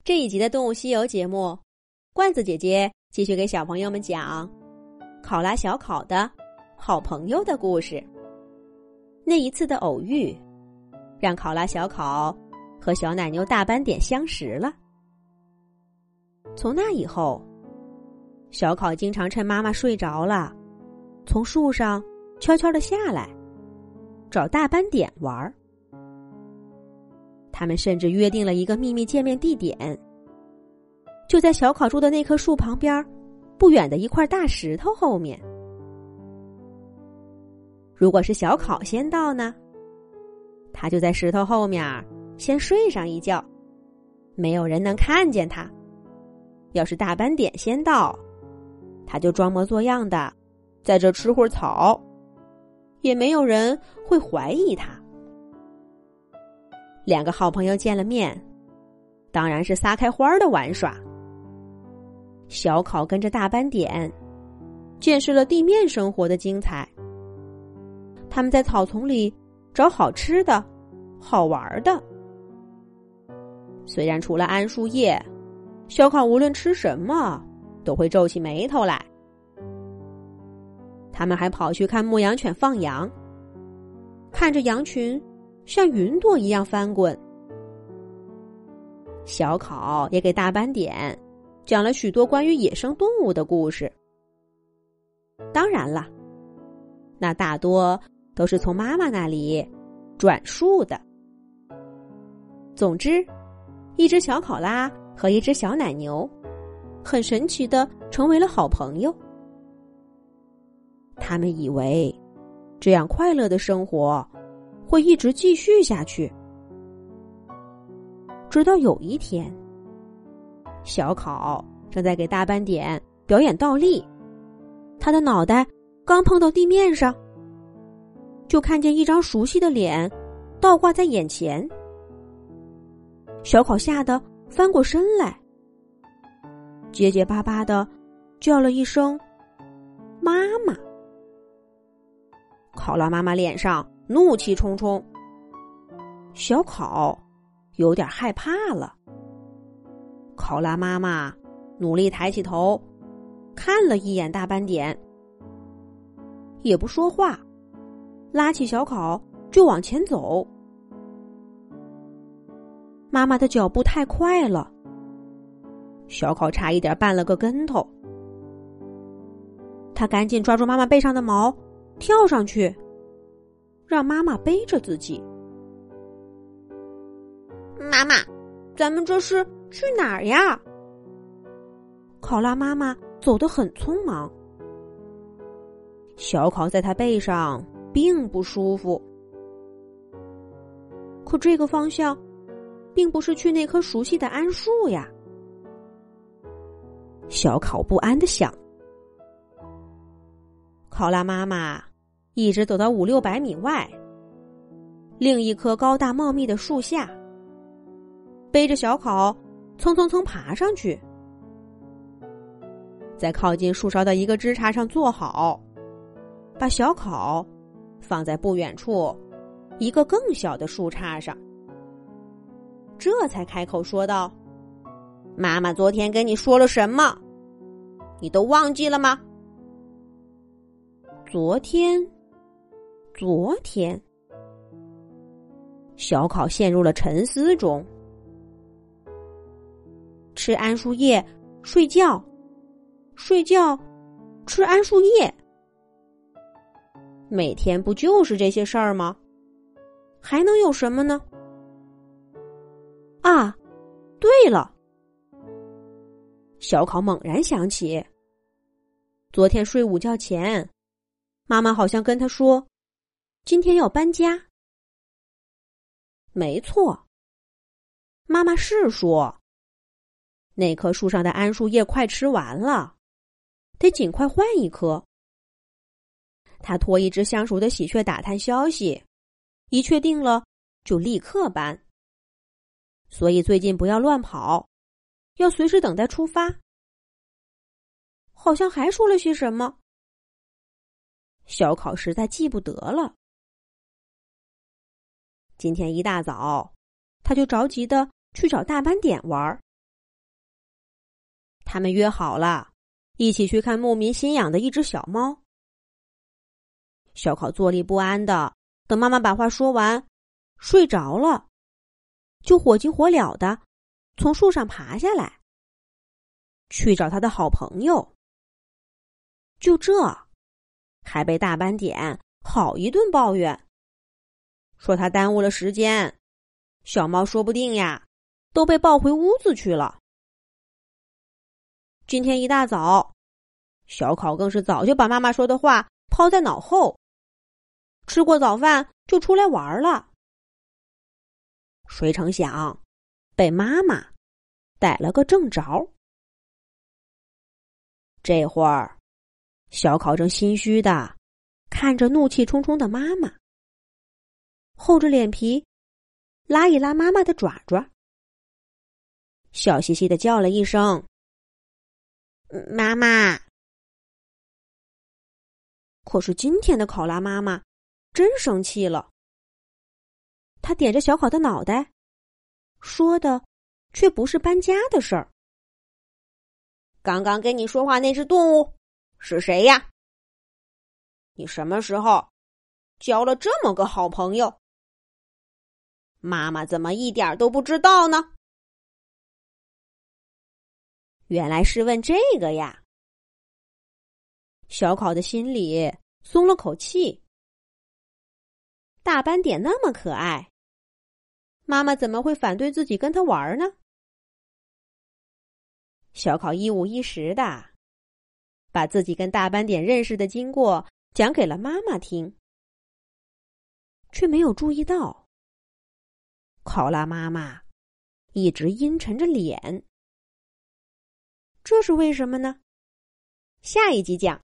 这一集的《动物西游》节目，罐子姐姐继续给小朋友们讲考拉小考的好朋友的故事。那一次的偶遇，让考拉小考和小奶牛大斑点相识了。从那以后，小考经常趁妈妈睡着了，从树上悄悄地下来，找大斑点玩。他们甚至约定了一个秘密见面地点，就在小考住的那棵树旁边不远的一块大石头后面。如果是小考先到呢，他就在石头后面先睡上一觉，没有人能看见他。要是大斑点先到，他就装模作样的在这吃会儿草，也没有人会怀疑他。两个好朋友见了面，当然是撒开花的玩耍。小考跟着大斑点见识了地面生活的精彩，他们在草丛里找好吃的好玩的。虽然除了桉树叶，小考无论吃什么都会皱起眉头来。他们还跑去看牧羊犬放羊，看着羊群像云朵一样翻滚。小考也给大斑点讲了许多关于野生动物的故事。当然了，那大多都是从妈妈那里转述的。总之，一只小考拉和一只小奶牛很神奇地成为了好朋友。他们以为这样快乐的生活会一直继续下去，直到有一天，小考正在给大斑点表演倒立，他的脑袋刚碰到地面上，就看见一张熟悉的脸倒挂在眼前。小考吓得翻过身来，结结巴巴地叫了一声妈妈。考拉妈妈脸上怒气冲冲，小考有点害怕了。考拉妈妈努力抬起头，看了一眼大斑点，也不说话，拉起小考就往前走。妈妈的脚步太快了，小考差一点绊了个跟头。他赶紧抓住妈妈背上的毛，跳上去，让妈妈背着自己。妈妈，咱们这是去哪儿呀？考拉妈妈走得很匆忙，小考在她背上并不舒服。可这个方向并不是去那棵熟悉的桉树呀。小考不安地想。考拉妈妈一直走到500-600米外，另一棵高大茂密的树下，背着小考蹭蹭蹭爬上去，在靠近树梢的一个枝杈上坐好，把小考放在不远处一个更小的树杈上，这才开口说道：妈妈昨天跟你说了什么？你都忘记了吗？昨天，小考陷入了沉思中。吃桉树叶，睡觉，睡觉，吃桉树叶。每天不就是这些事儿吗？还能有什么呢？啊，对了，小考猛然想起，昨天睡午觉前，妈妈好像跟他说，今天要搬家。没错，妈妈是说，那棵树上的桉树叶快吃完了，得尽快换一棵。他托一只相熟的喜鹊打探消息，一确定了就立刻搬。所以最近不要乱跑，要随时等待出发。好像还说了些什么，小考实在记不得了。今天一大早，他就着急的去找大斑点玩， 他们约好了，一起去看牧民新养的一只小猫。小考坐立不安的等妈妈把话说完，睡着了，就火急火燎的从树上爬下来，去找他的好朋友。就这，还被大斑点好一顿抱怨，说他耽误了时间，小猫说不定呀都被抱回屋子去了。今天一大早，小考更是早就把妈妈说的话抛在脑后，吃过早饭就出来玩了。谁成想被妈妈逮了个正着。这会儿小考正心虚的看着怒气冲冲的妈妈，厚着脸皮拉一拉妈妈的爪爪，笑嘻嘻的叫了一声妈妈。可是今天的考拉妈妈真生气了，她点着小考的脑袋，说的却不是搬家的事儿。刚刚跟你说话那只动物是谁呀？你什么时候交了这么个好朋友？妈妈怎么一点都不知道呢？原来是问这个呀。小考的心里松了口气。大斑点那么可爱，妈妈怎么会反对自己跟他玩呢？小考一五一十的把自己跟大斑点认识的经过讲给了妈妈听，却没有注意到考拉妈妈一直阴沉着脸。这是为什么呢？下一集讲。